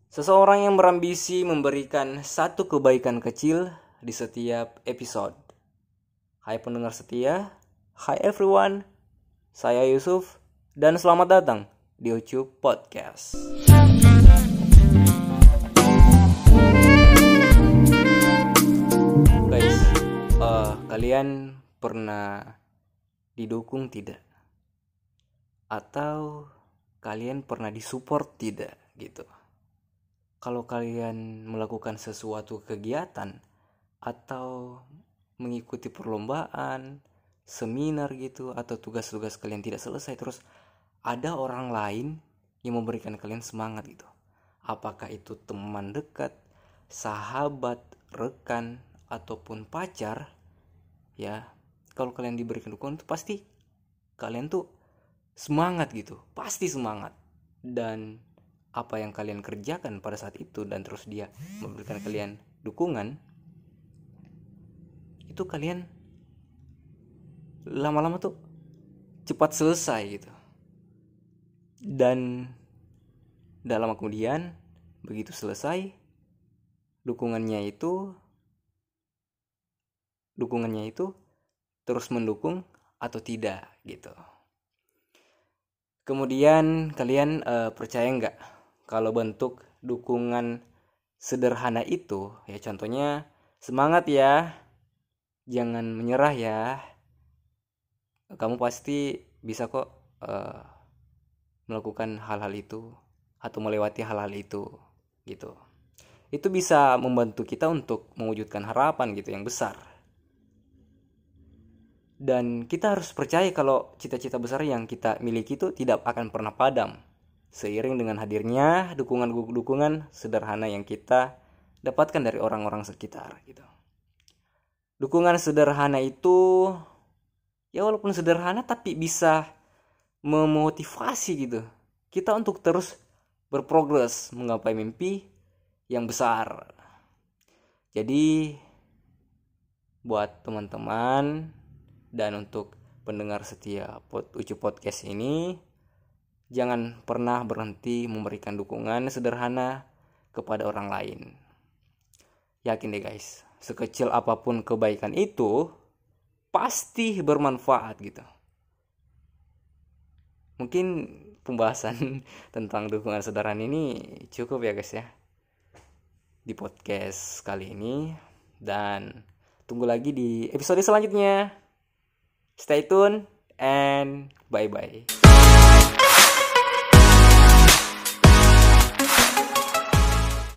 Seseorang yang berambisi memberikan satu kebaikan kecil di setiap episode. Hai pendengar setia, hi everyone, saya Yusuf dan selamat datang di Ucup Podcast. Guys, kalian pernah didukung tidak? Atau kalian pernah disupport tidak gitu? Kalau kalian melakukan sesuatu kegiatan atau mengikuti perlombaan, seminar gitu, atau tugas-tugas kalian tidak selesai, terus ada orang lain yang memberikan kalian semangat gitu. Apakah itu teman dekat, sahabat, rekan, ataupun pacar, ya. Kalau kalian diberikan dukungan itu pasti kalian tuh semangat gitu, pasti semangat. Dan apa yang kalian kerjakan pada saat itu dan terus dia memberikan kalian dukungan, itu kalian lama-lama tuh cepat selesai gitu. Dan dalam kemudian begitu selesai, dukungannya itu terus mendukung atau tidak gitu. Kemudian kalian percaya nggak kalau bentuk dukungan sederhana itu, ya contohnya semangat ya, jangan menyerah ya, kamu pasti bisa kok melakukan hal-hal itu atau melewati hal-hal itu gitu. Itu bisa membantu kita untuk mewujudkan harapan gitu yang besar. Dan kita harus percaya kalau cita-cita besar yang kita miliki itu tidak akan pernah padam seiring dengan hadirnya dukungan sederhana yang kita dapatkan dari orang-orang sekitar gitu. Dukungan sederhana itu ya walaupun sederhana tapi bisa memotivasi gitu kita untuk terus berprogres menggapai mimpi yang besar. Jadi buat teman-teman dan untuk pendengar setia Ucup Podcast ini, jangan pernah berhenti memberikan dukungan sederhana kepada orang lain. Yakin deh guys, sekecil apapun kebaikan itu pasti bermanfaat gitu. Mungkin pembahasan tentang dukungan sederhana ini cukup ya guys ya di podcast kali ini, dan tunggu lagi di episode selanjutnya. Stay tune and bye bye.